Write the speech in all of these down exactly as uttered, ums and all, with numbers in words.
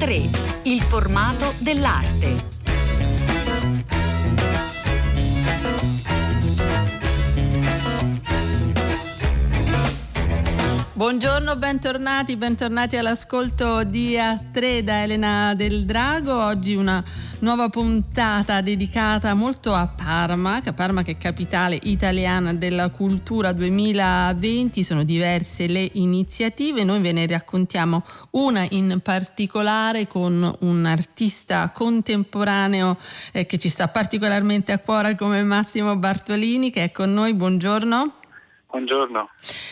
tre, il formato dell'arte. Buongiorno, bentornati, bentornati all'ascolto di A tre da Elena Del Drago. Oggi una nuova puntata dedicata molto a Parma, che Parma che è capitale italiana della cultura duemilaventi. Sono diverse le iniziative, noi ve ne raccontiamo una in particolare con un artista contemporaneo eh, che ci sta particolarmente a cuore come Massimo Bartolini, che è con noi. Buongiorno. Buongiorno.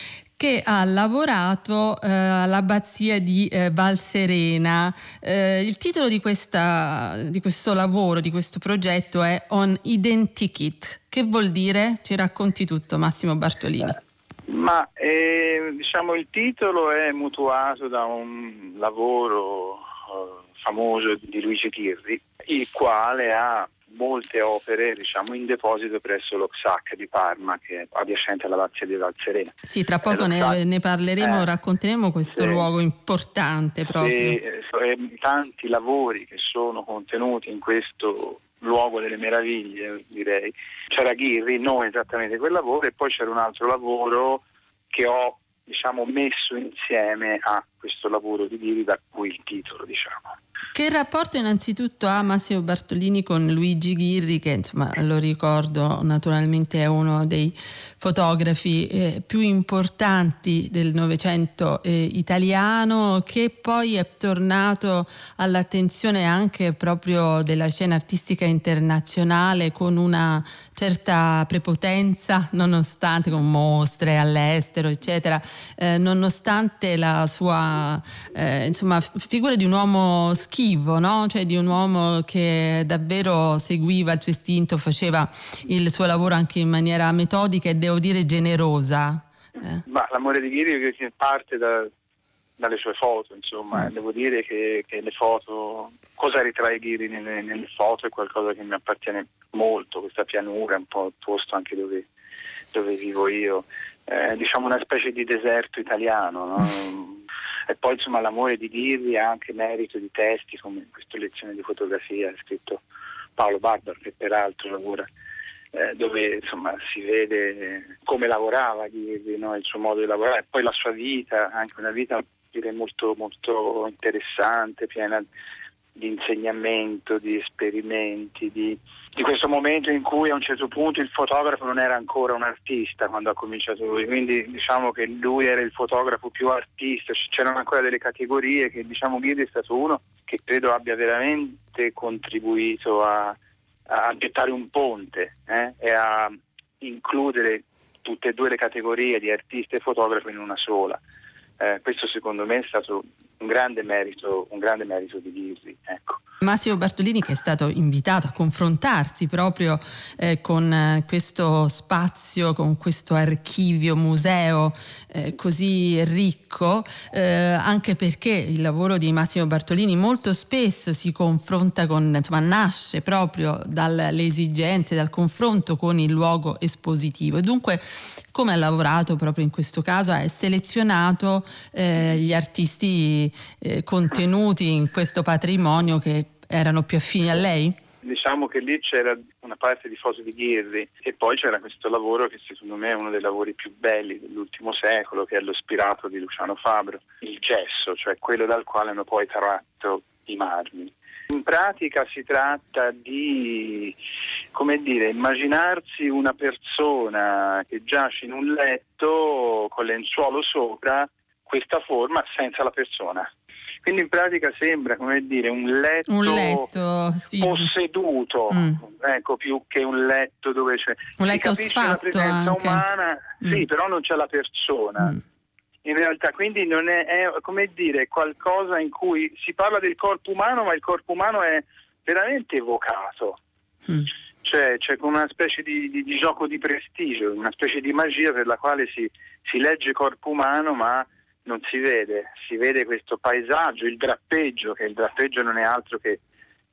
Che ha lavorato eh, all'abbazia di eh, Valserena. Eh, il titolo di, questa, di questo lavoro, di questo progetto è On Identikit. Che vuol dire? Ci racconti tutto, Massimo Bartolini. Ma eh, diciamo il titolo è mutuato da un lavoro eh, famoso di Luigi Ghirri, il quale ha molte opere, diciamo, in deposito presso lo X A C di Parma, che è adiacente all'abbazia di Valserena. Sì, tra poco ne, ne parleremo, eh, racconteremo questo sì, luogo importante proprio. Sì, eh, tanti lavori che sono contenuti in questo luogo delle meraviglie, direi. C'era Ghirri, non esattamente quel lavoro, e poi c'era un altro lavoro che ho, diciamo, messo insieme a questo lavoro di Ghirri, da cui il titolo, diciamo. Che rapporto innanzitutto ha Massimo Bartolini con Luigi Ghirri, che insomma lo ricordo naturalmente è uno dei fotografi eh, più importanti del Novecento eh, italiano, che poi è tornato all'attenzione anche proprio della scena artistica internazionale con una certa prepotenza, nonostante, con mostre all'estero eccetera, eh, nonostante la sua eh, insomma figura di un uomo schivo, no? Cioè di un uomo che davvero seguiva il suo istinto, faceva il suo lavoro anche in maniera metodica e devo dire generosa. Eh. Ma l'amore di Ghirri che parte da, dalle sue foto, insomma, mm. devo dire che, che le foto, cosa ritrae Ghirri nelle, nelle foto è qualcosa che mi appartiene molto, questa pianura, un po' il posto anche dove, dove vivo io, eh, diciamo una specie di deserto italiano, no? Mm. E poi insomma l'amore di Ghirri ha anche merito di testi come in questa lezione di fotografia ha scritto Paolo Barbaro, che peraltro lavora eh, dove insomma si vede come lavorava Ghirri, no? Il suo modo di lavorare, e poi la sua vita, anche una vita direi molto molto interessante, piena di insegnamento, di esperimenti, di, di questo momento in cui a un certo punto il fotografo non era ancora un artista quando ha cominciato lui, quindi diciamo che lui era il fotografo più artista, c'erano ancora delle categorie che diciamo Ghirri è stato uno che credo abbia veramente contribuito a, a gettare un ponte eh, e a includere tutte e due le categorie di artista e fotografo in una sola. Eh, questo secondo me è stato un grande merito, un grande merito di Ghirri, ecco. Massimo Bartolini, che è stato invitato a confrontarsi proprio eh, con eh, questo spazio, con questo archivio, museo eh, così ricco, eh, anche perché il lavoro di Massimo Bartolini molto spesso si confronta con, insomma, nasce proprio dalle esigenze, dal confronto con il luogo espositivo, e dunque come ha lavorato proprio in questo caso, ha selezionato eh, gli artisti eh, contenuti in questo patrimonio che erano più affini a lei? Diciamo che lì c'era una parte di foto di Ghirri e poi c'era questo lavoro che secondo me è uno dei lavori più belli dell'ultimo secolo, che è lo spirato di Luciano Fabro, il gesso, cioè quello dal quale hanno poi tratto i marmi. In pratica si tratta di, come dire, immaginarsi una persona che giace in un letto con lenzuolo sopra, questa forma senza la persona. Quindi in pratica sembra, come dire, un letto, un letto sì. posseduto, mm. ecco, più che un letto dove c'è un letto si capisce la presenza anche. umana, mm. sì, però non c'è la persona. Mm. In realtà, quindi non è, è come dire qualcosa in cui si parla del corpo umano, ma il corpo umano è veramente evocato. Mm. Cioè c'è una specie di, di, di gioco di prestigio, una specie di magia per la quale si, si legge corpo umano, ma non si vede, si vede questo paesaggio, il drappeggio, che il drappeggio non è altro che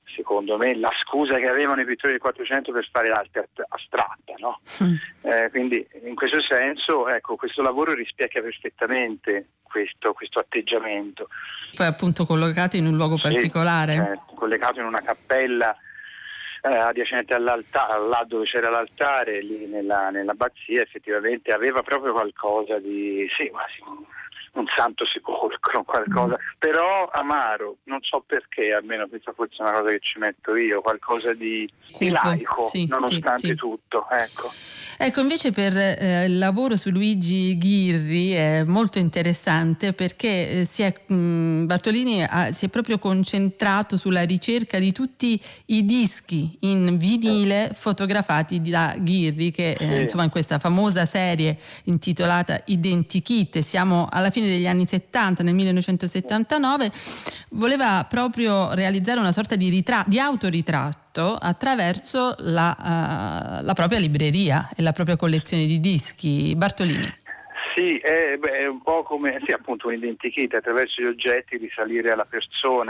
secondo me, la scusa che avevano i pittori del Quattrocento per fare l'arte astratta, no? Mm. Eh, quindi in questo senso, ecco, questo lavoro rispecchia perfettamente questo, questo atteggiamento. Poi appunto collocato in un luogo sì, particolare. Certo, collocato in una cappella eh, adiacente all'altare, là dove c'era l'altare, lì nella, nell'abbazia, effettivamente aveva proprio qualcosa di, sì, quasi un santo sepolcro, qualcosa, mm. però amaro, non so perché, almeno questa forse è una cosa che ci metto io, qualcosa di, di laico, sì, nonostante sì, sì. tutto, ecco. Ecco, invece per eh, il lavoro su Luigi Ghirri è molto interessante perché eh, si è, mh, Bartolini ha, si è proprio concentrato sulla ricerca di tutti i dischi in vinile fotografati da Ghirri, che eh, sì. insomma in questa famosa serie intitolata Identikit, siamo alla fine degli anni settanta, nel millenovecentosettantanove, voleva proprio realizzare una sorta di, ritra- di autoritratto attraverso la, uh, la propria libreria e la propria collezione di dischi. Bartolini. Sì, è, beh, è un po' come sì, appunto un identikit, attraverso gli oggetti risalire alla persona.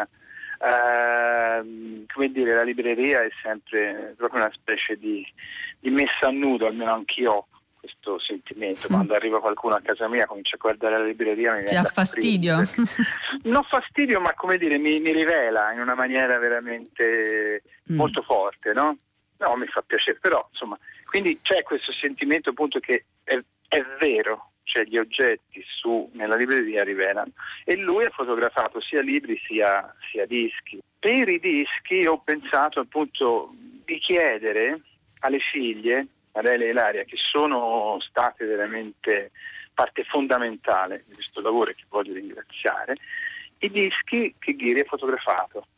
Uh, come dire, la libreria è sempre proprio una specie di, di messa a nudo, almeno anch'io ho questo sentimento. Quando mm. arriva qualcuno a casa mia, comincia a guardare la libreria, mi ti ha fastidio? Non fastidio, ma come dire, mi, mi rivela in una maniera veramente mm. molto forte, no? No, mi fa piacere, però insomma, quindi c'è questo sentimento appunto che è, è vero, cioè gli oggetti su nella libreria rivelano, e lui ha fotografato sia libri sia, sia dischi. Per i dischi ho pensato appunto di chiedere alle figlie Adele e Ilaria, che sono state veramente parte fondamentale di questo lavoro e che voglio ringraziare, i dischi che Ghirri ha fotografato,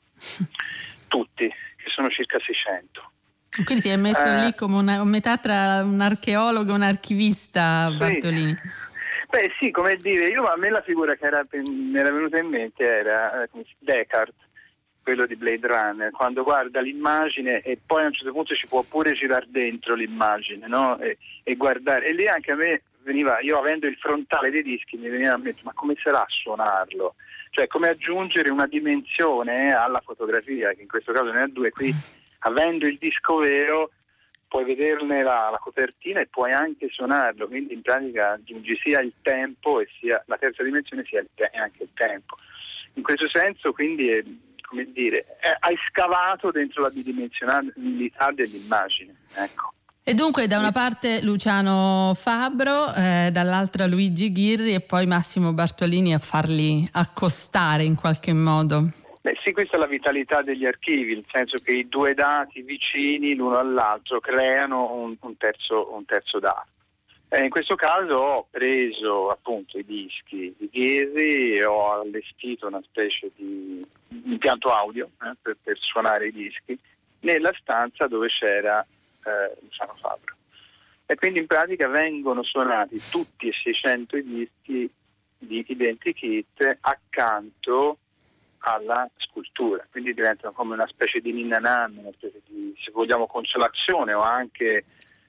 tutti, che sono circa seicento. Quindi ti hai messo eh, lì come una metà tra un archeologo e un archivista, sì. Bartolini. Beh sì, come dire, io a me la figura che era, mi era venuta in mente era eh, Deckard, quello di Blade Runner, quando guarda l'immagine e poi a un certo punto ci può pure girare dentro l'immagine, no? E, e guardare, e lì anche a me veniva, io avendo il frontale dei dischi mi veniva a mente, ma come sarà a suonarlo? Cioè come aggiungere una dimensione alla fotografia, che in questo caso ne ha due, qui avendo il disco vero puoi vederne la, la copertina e puoi anche suonarlo, quindi in pratica aggiungi sia il tempo e sia la terza dimensione sia il te- anche il tempo. In questo senso quindi è, come dire, è, hai scavato dentro la bidimensionalità dell'immagine, ecco. E dunque da una parte Luciano Fabro, eh, dall'altra Luigi Ghirri e poi Massimo Bartolini a farli accostare in qualche modo. Beh sì, questa è la vitalità degli archivi, nel senso che i due dati vicini l'uno all'altro creano un, un, terzo, un terzo dato. Eh, in questo caso ho preso appunto i dischi di Ghirri e ho allestito una specie di impianto audio eh, per, per suonare i dischi nella stanza dove c'era eh, Luciano Fabro. E quindi in pratica vengono suonati tutti e seicento i dischi di Identikit accanto alla scultura, quindi diventano come una specie di ninna nanna, una specie di, se vogliamo, consolazione, o anche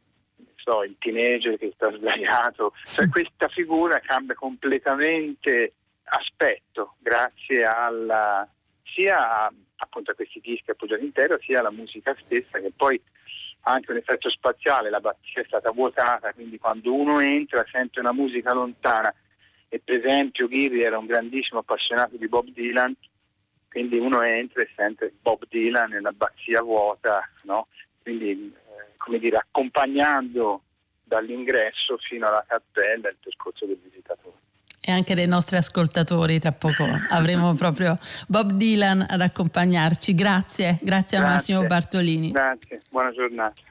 so, il teenager che sta sdraiato, cioè questa figura cambia completamente aspetto grazie alla sia appunto a questi dischi appoggiati in terra, sia alla musica stessa, che poi ha anche un effetto spaziale. L'abbazia è stata vuotata, quindi quando uno entra sente una musica lontana, e per esempio Ghirri era un grandissimo appassionato di Bob Dylan, quindi uno entra e sente Bob Dylan nell'abbazia vuota, no? Quindi eh, come dire, accompagnando dall'ingresso fino alla cappella il percorso del visitatore. E anche dei nostri ascoltatori, tra poco avremo proprio Bob Dylan ad accompagnarci. Grazie, grazie a Grazie. Massimo Bartolini. Grazie, buona giornata.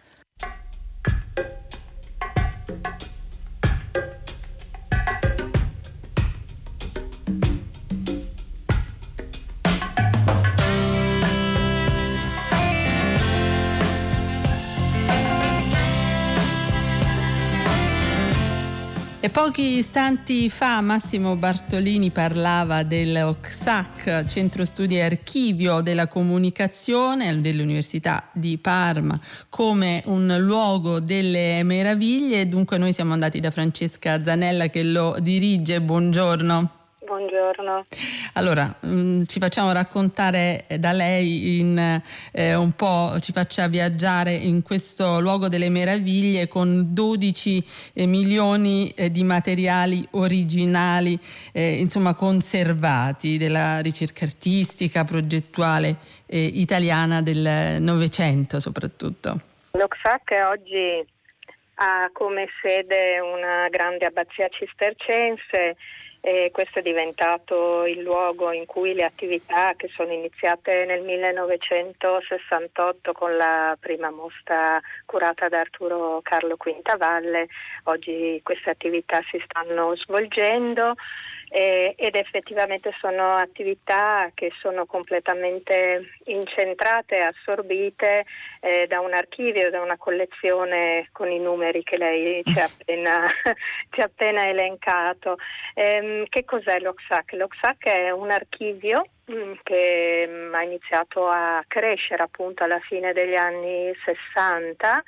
E pochi istanti fa Massimo Bartolini parlava del C S A C, Centro Studi e Archivio della Comunicazione dell'Università di Parma, come un luogo delle meraviglie. Dunque noi siamo andati da Francesca Zanella che lo dirige. Buongiorno. buongiorno. Allora, mh, ci facciamo raccontare da lei in, eh, un po', ci faccia viaggiare in questo luogo delle meraviglie con dodici eh, milioni eh, di materiali originali, eh, insomma conservati, della ricerca artistica, progettuale eh, italiana del Novecento soprattutto. L'O C S A C oggi ha come sede una grande abbazia cistercense. E questo è diventato il luogo in cui le attività che sono iniziate nel millenovecentosessantotto con la prima mostra curata da Arturo Carlo Quintavalle, oggi queste attività si stanno svolgendo eh, ed effettivamente sono attività che sono completamente incentrate e assorbite eh, da un archivio, da una collezione con i numeri che lei ci ha appena, ci ha appena elencato. Ehm, che cos'è l'O C S A C? L'O C S A C è un archivio mh, che mh, ha iniziato a crescere appunto alla fine degli anni sessanta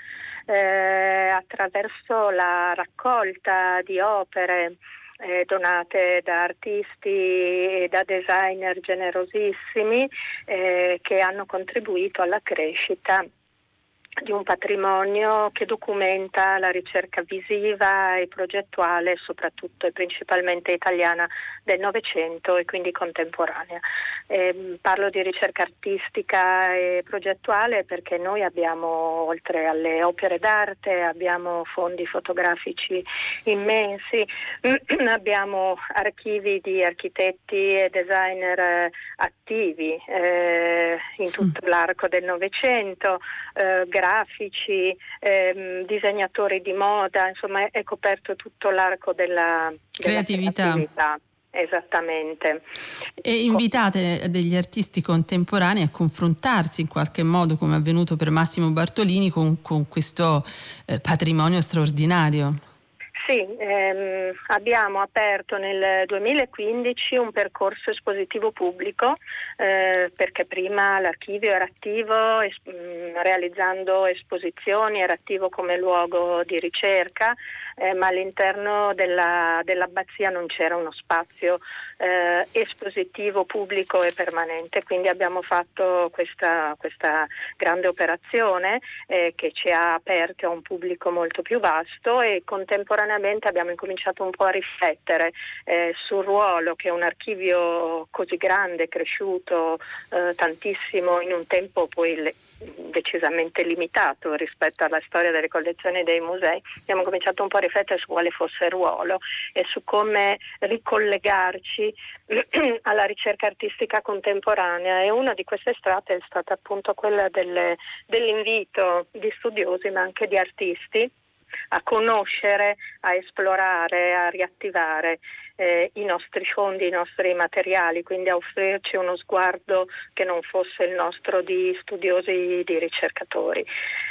eh, attraverso la raccolta di opere Eh, donate da artisti e da designer generosissimi eh, che hanno contribuito alla crescita di un patrimonio che documenta la ricerca visiva e progettuale, soprattutto e principalmente italiana, del Novecento e quindi contemporanea. Eh, parlo di ricerca artistica e progettuale perché noi abbiamo, oltre alle opere d'arte, abbiamo fondi fotografici immensi, abbiamo archivi di architetti e designer attivi eh, in tutto l'arco del Novecento, eh, grafici, ehm, disegnatori di moda, insomma è coperto tutto l'arco della creatività. Della esattamente. E invitate degli artisti contemporanei a confrontarsi in qualche modo, come è avvenuto per Massimo Bartolini, con, con questo eh, patrimonio straordinario. Sì, ehm, abbiamo aperto nel duemilaquindici un percorso espositivo pubblico eh, perché prima l'archivio era attivo es- mh, realizzando esposizioni, era attivo come luogo di ricerca, eh, ma all'interno della, dell'abbazia non c'era uno spazio eh, espositivo pubblico e permanente, quindi abbiamo fatto questa, questa grande operazione eh, che ci ha aperto a un pubblico molto più vasto e contemporaneamente abbiamo incominciato un po' a riflettere eh, sul ruolo che un archivio così grande, cresciuto eh, tantissimo in un tempo poi le, decisamente limitato rispetto alla storia delle collezioni dei musei, abbiamo cominciato un po' a riflettere su quale fosse il ruolo e su come ricollegarci alla ricerca artistica contemporanea, e una di queste strade è stata appunto quella delle, dell'invito di studiosi ma anche di artisti a conoscere, a esplorare, a riattivare eh, i nostri fondi, i nostri materiali, quindi a offrirci uno sguardo che non fosse il nostro di studiosi, di ricercatori.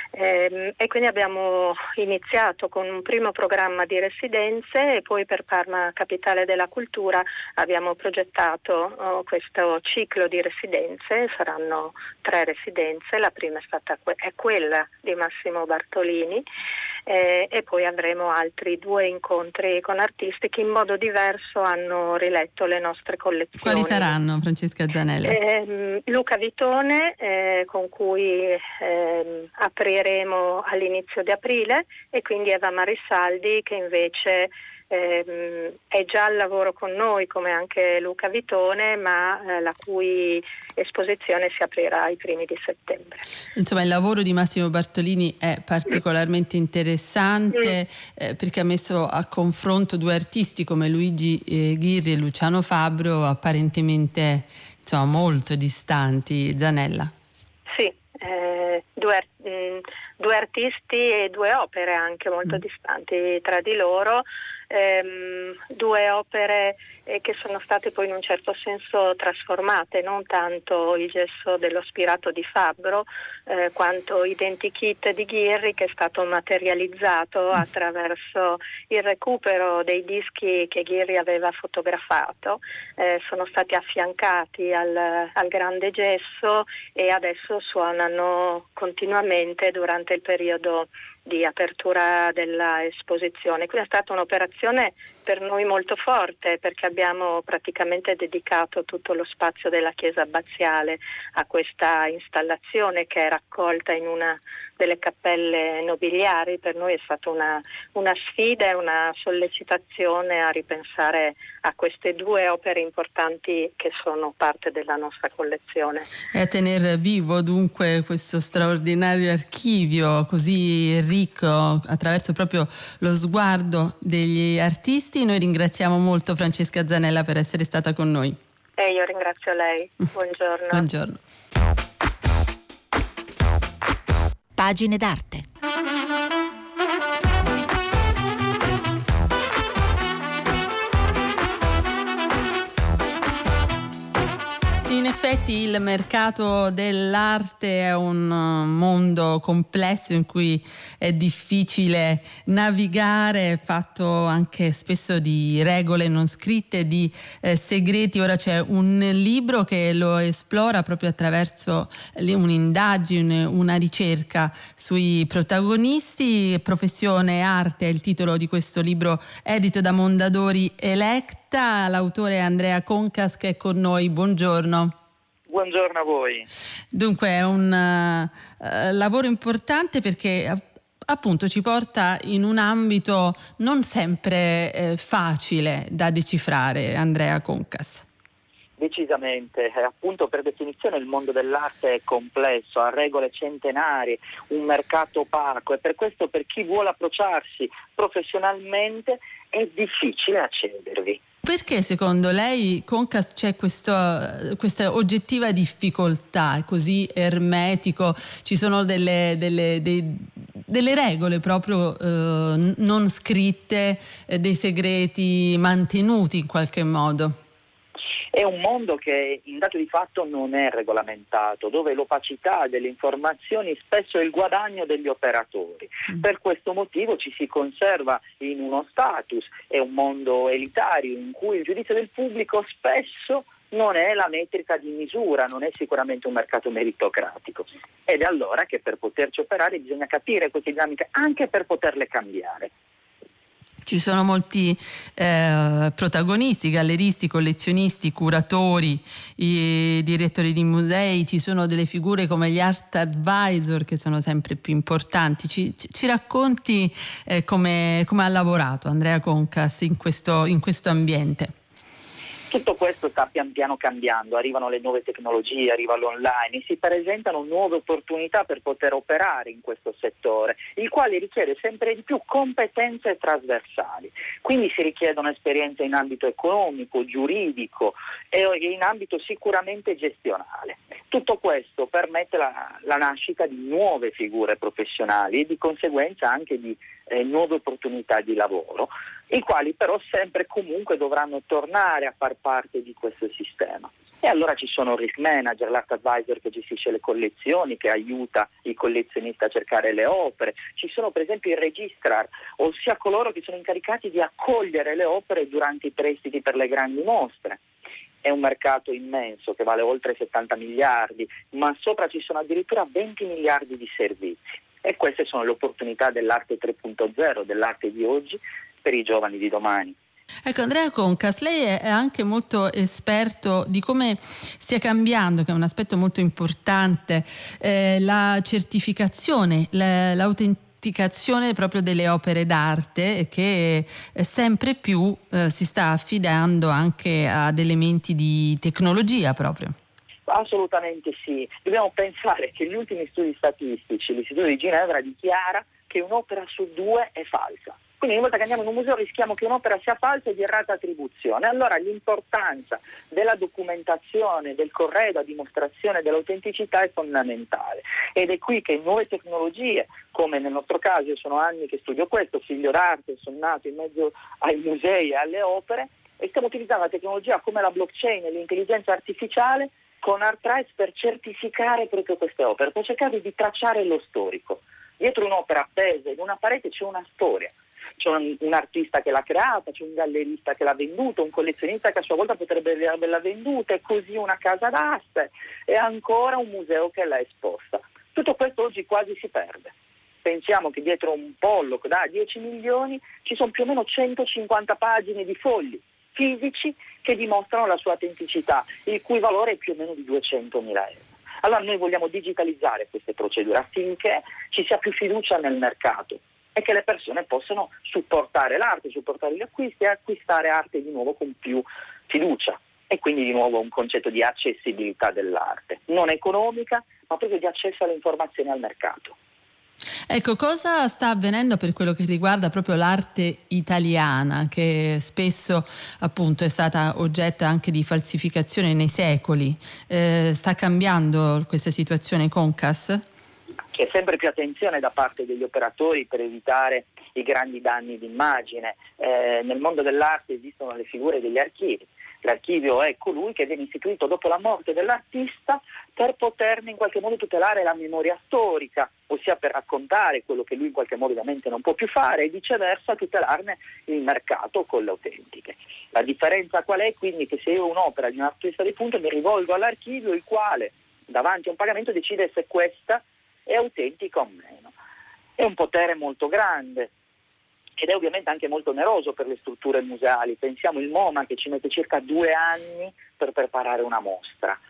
Eh, e quindi abbiamo iniziato con un primo programma di residenze e poi per Parma Capitale della Cultura abbiamo progettato oh, questo ciclo di residenze. Saranno tre residenze, la prima è stata que- è quella di Massimo Bartolini eh, e poi avremo altri due incontri con artisti che in modo diverso hanno riletto le nostre collezioni. Quali saranno, Francesca Zanella? Eh, Luca Vitone eh, con cui eh, apriremo all'inizio di aprile, e quindi Eva Marisaldi che invece ehm, è già al lavoro con noi come anche Luca Vitone, ma eh, la cui esposizione si aprirà ai primi di settembre. Insomma, il lavoro di Massimo Bartolini è particolarmente interessante eh, perché ha messo a confronto due artisti come Luigi eh, Ghirri e Luciano Fabbro, apparentemente insomma molto distanti. Zanella. Sì, eh, due, mh, due artisti e due opere anche molto mm. distanti tra di loro, ehm, due opere eh, che sono state poi in un certo senso trasformate, non tanto il gesso dello spirato di Fabbro eh, quanto Identikit di Ghirri, che è stato materializzato attraverso il recupero dei dischi che Ghirri aveva fotografato, eh, sono stati affiancati al, al grande gesso e adesso suonano continuamente durante il periodo di apertura della esposizione. Quindi è stata un'operazione per noi molto forte, perché abbiamo praticamente dedicato tutto lo spazio della chiesa abbaziale a questa installazione, che è raccolta in una delle cappelle nobiliari. Per noi è stata una, una sfida e una sollecitazione a ripensare a queste due opere importanti che sono parte della nostra collezione. E a tenere vivo dunque questo straordinario archivio così ricco attraverso proprio lo sguardo degli artisti. Noi ringraziamo molto Francesca Zanella per essere stata con noi. E io ringrazio lei. Buongiorno. Buongiorno. Pagine d'arte. In effetti il mercato dell'arte è un mondo complesso in cui è difficile navigare, fatto anche spesso di regole non scritte, di eh, segreti. Ora c'è un libro che lo esplora proprio attraverso un'indagine, una ricerca sui protagonisti. Professione arte è il titolo di questo libro, edito da Mondadori Electa. L'autore è Andrea Concas, che è con noi. Buongiorno. Buongiorno a voi. Dunque è un uh, lavoro importante perché appunto ci porta in un ambito non sempre eh, facile da decifrare, Andrea Concas. Decisamente, eh, appunto per definizione il mondo dell'arte è complesso, ha regole centenarie, un mercato opaco, e per questo per chi vuole approcciarsi professionalmente è difficile accedervi. Perché secondo lei, Concas, c'è questo, questa oggettiva difficoltà? È così ermetico? Ci sono delle, delle, dei, delle regole proprio eh, non scritte, eh, dei segreti mantenuti in qualche modo? È un mondo che in dato di fatto non è regolamentato, dove l'opacità delle informazioni spesso è il guadagno degli operatori. Mm. Per questo motivo ci si conserva in uno status, è un mondo elitario in cui il giudizio del pubblico spesso non è la metrica di misura, non è sicuramente un mercato meritocratico. Ed è allora che per poterci operare bisogna capire queste dinamiche, anche per poterle cambiare. Ci sono molti eh, protagonisti, galleristi, collezionisti, curatori, i direttori di musei, ci sono delle figure come gli art advisor che sono sempre più importanti. Ci, ci racconti eh, come, come ha lavorato Andrea Concas in questo, in questo ambiente? Tutto questo sta pian piano cambiando, arrivano le nuove tecnologie, arriva l'online e si presentano nuove opportunità per poter operare in questo settore, il quale richiede sempre di più competenze trasversali. Quindi si richiedono esperienze in ambito economico, giuridico e in ambito sicuramente gestionale. Tutto questo permette la, la nascita di nuove figure professionali e di conseguenza anche di eh, nuove opportunità di lavoro, i quali però sempre comunque dovranno tornare a far parte di questo sistema. E allora ci sono risk manager, l'art advisor che gestisce le collezioni, che aiuta i collezionisti a cercare le opere, ci sono per esempio i registrar, ossia coloro che sono incaricati di accogliere le opere durante i prestiti per le grandi mostre. È un mercato immenso che vale oltre settanta miliardi, ma sopra ci sono addirittura venti miliardi di servizi. E queste sono le opportunità dell'arte tre punto zero, dell'arte di oggi, per i giovani di domani. Ecco, Andrea Concas, lei è anche molto esperto di come stia cambiando, che è un aspetto molto importante, eh, la certificazione, la, l'autenticazione proprio delle opere d'arte, che sempre più eh, si sta affidando anche ad elementi di tecnologia proprio. Assolutamente sì. Dobbiamo pensare che gli ultimi studi statistici, l'Istituto di Ginevra dichiara che un'opera su due è falsa. Quindi ogni volta che andiamo in un museo rischiamo che un'opera sia falsa e di errata attribuzione. Allora l'importanza della documentazione, del corredo a dimostrazione dell'autenticità è fondamentale. Ed è qui che nuove tecnologie, come nel nostro caso, io sono anni che studio questo, figlio d'arte, sono nato in mezzo ai musei e alle opere, e stiamo utilizzando la tecnologia come la blockchain e l'intelligenza artificiale con ArtRights per certificare proprio queste opere, per cercare di tracciare lo storico. Dietro un'opera appesa in una parete c'è una storia. C'è un, un artista che l'ha creata, c'è un gallerista che l'ha venduta, un collezionista che a sua volta potrebbe averla venduta, e così una casa d'aste, e ancora un museo che l'ha esposta. Tutto questo oggi quasi si perde, pensiamo che dietro un Pollock da dieci milioni ci sono più o meno centocinquanta pagine di fogli fisici che dimostrano la sua autenticità, il cui valore è più o meno di duecentomila euro. Allora noi vogliamo digitalizzare queste procedure affinché ci sia più fiducia nel mercato e che le persone possano supportare l'arte, supportare gli acquisti e acquistare arte di nuovo con più fiducia. E quindi di nuovo un concetto di accessibilità dell'arte, non economica, ma proprio di accesso alle informazioni al mercato. Ecco, cosa sta avvenendo per quello che riguarda proprio l'arte italiana, che spesso appunto è stata oggetto anche di falsificazione nei secoli? Eh, sta cambiando questa situazione Concas? C'è sempre più attenzione da parte degli operatori per evitare i grandi danni d'immagine. Eh, nel mondo dell'arte esistono le figure degli archivi. L'archivio è colui che viene istituito dopo la morte dell'artista per poterne in qualche modo tutelare la memoria storica, ossia per raccontare quello che lui in qualche modo ovviamente non può più fare e viceversa tutelarne il mercato con le autentiche. La differenza qual è? Quindi che se io ho un'opera di un artista di punta mi rivolgo all'archivio, il quale davanti a un pagamento decide se questa è autentica o meno. È un potere molto grande ed è ovviamente anche molto oneroso per le strutture museali. Pensiamo il MoMA che ci mette circa due anni per preparare una mostra.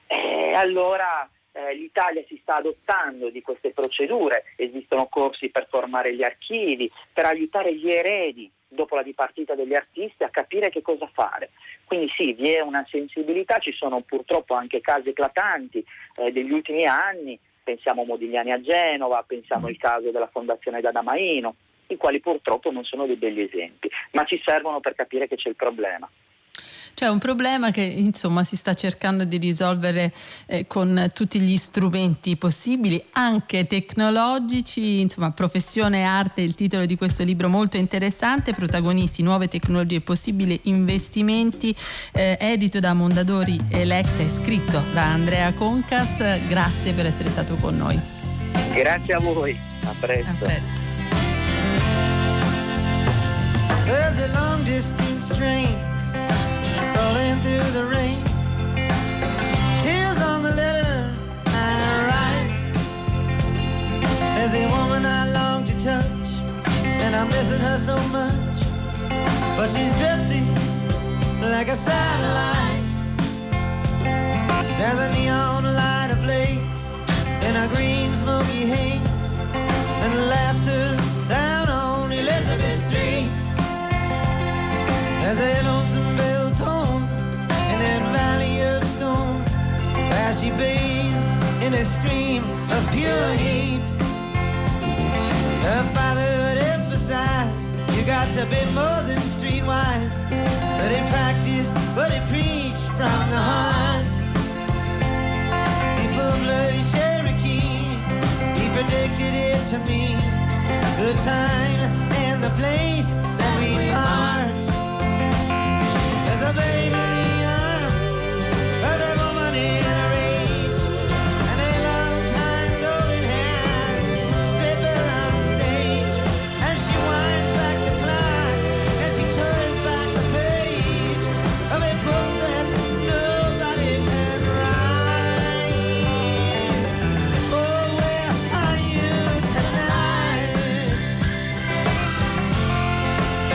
E allora eh, l'Italia si sta adottando di queste procedure, esistono corsi per formare gli archivi, per aiutare gli eredi dopo la dipartita degli artisti a capire che cosa fare. Quindi sì, vi è una sensibilità, ci sono purtroppo anche casi eclatanti eh, degli ultimi anni, pensiamo Modigliani a Genova, pensiamo al caso della Fondazione D'Adamaino, i quali purtroppo non sono dei begli esempi, ma ci servono per capire che c'è il problema. C'è un problema che insomma si sta cercando di risolvere eh, con tutti gli strumenti possibili, anche tecnologici, insomma Professione e arte, il titolo di questo libro molto interessante, protagonisti, nuove tecnologie e possibili investimenti, eh, edito da Mondadori Electa e scritto da Andrea Concas. Grazie per essere stato con noi. Grazie a voi, a presto. A presto. There's a long distance train rolling through the rain, tears on the letter I write. There's a woman I long to touch, and I'm missing her so much, but she's drifting like a satellite. There's a neon light ablaze in a green smoky haze, and laughter down on Elizabeth Street. There's a lonesome bell tone in that valley of stone, where she bathed in a stream of pure heat. Her father would emphasize, you got to be more than streetwise, but he practiced what he preached from the heart. Before bloody Cherokee, he predicted it to me, the time and the place that we'd part. A baby in the arms of a woman in a rage, and a long time golden hair stripper on stage, and she winds back the clock and she turns back the page of a book that nobody can write. Oh, where are you tonight?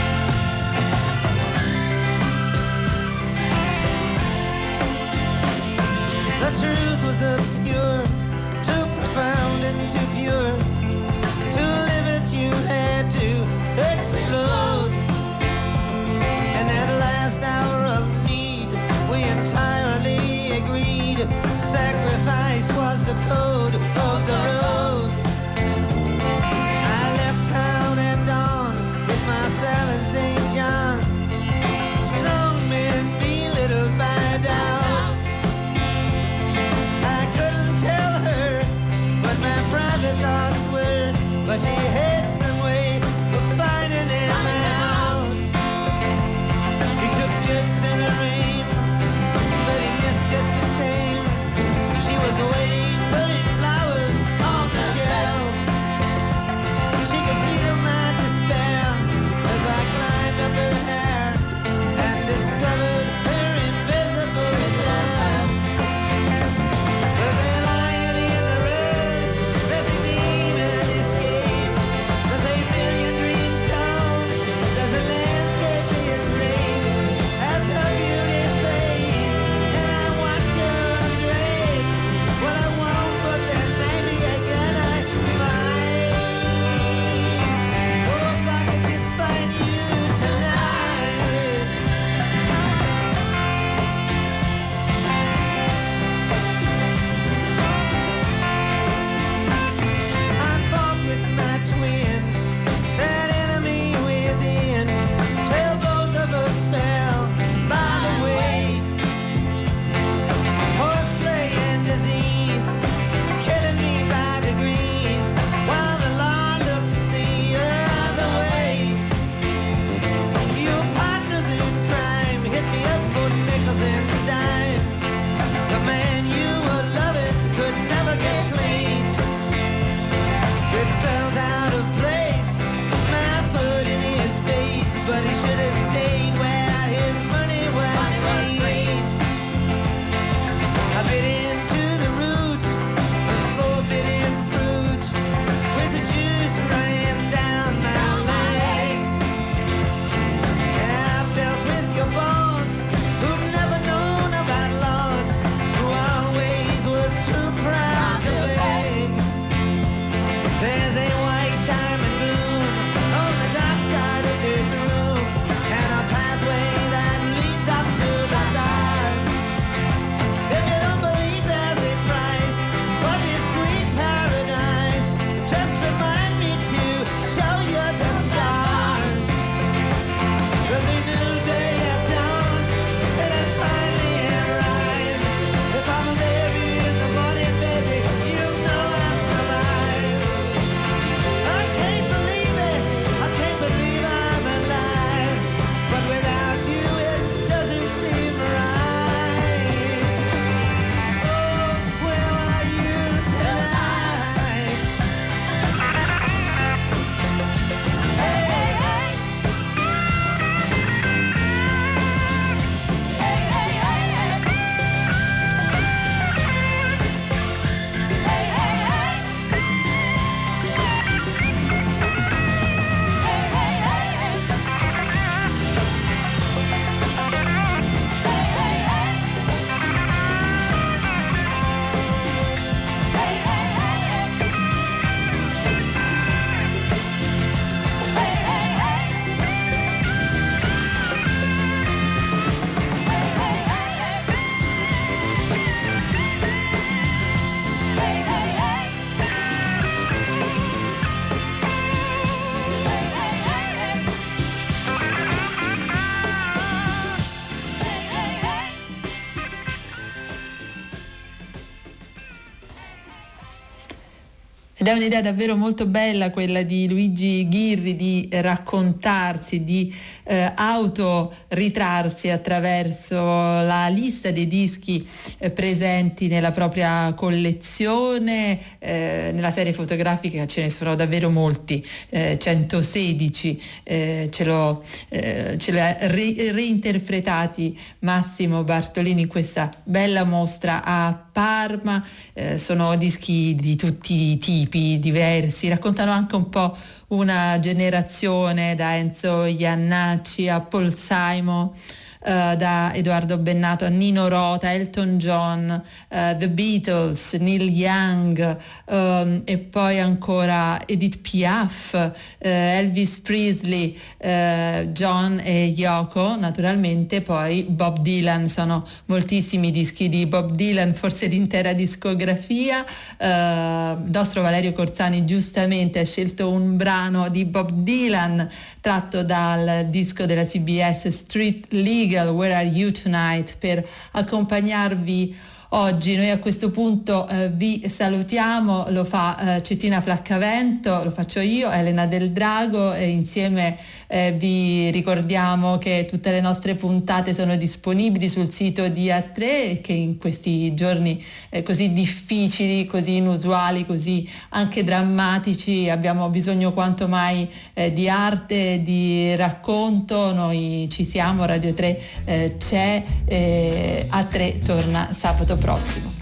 Ed è un'idea davvero molto bella quella di Luigi Ghirri, di raccontarsi, di eh, autoritrarsi attraverso la lista dei dischi eh, presenti nella propria collezione. Eh, nella serie fotografica ce ne sono davvero molti, eh, centosedici, eh, ce l'ho, eh, ce l'ha re- reinterpretati Massimo Bartolini in questa bella mostra a Parma. Eh, sono dischi di tutti i tipi, diversi, raccontano anche un po' una generazione, da Enzo Jannacci a Paul Simon, Uh, da Edoardo Bennato a Nino Rota, Elton John, uh, The Beatles, Neil Young, um, e poi ancora Edith Piaf, uh, Elvis Presley, uh, John e Yoko, naturalmente poi Bob Dylan. Sono moltissimi dischi di Bob Dylan, forse l'intera discografia. Uh, il nostro Valerio Corsani giustamente ha scelto un brano di Bob Dylan tratto dal disco della C B S Street Legal, Where Are You Tonight, per accompagnarvi oggi. Noi a questo punto eh, vi salutiamo, lo fa eh, Cettina Flaccavento, lo faccio io, Elena Del Drago, e insieme eh, vi ricordiamo che tutte le nostre puntate sono disponibili sul sito di A tre e che in questi giorni eh, così difficili, così inusuali, così anche drammatici abbiamo bisogno quanto mai eh, di arte, di racconto. Noi ci siamo, Radio tre eh, c'è, eh, A tre torna sabato prossimo.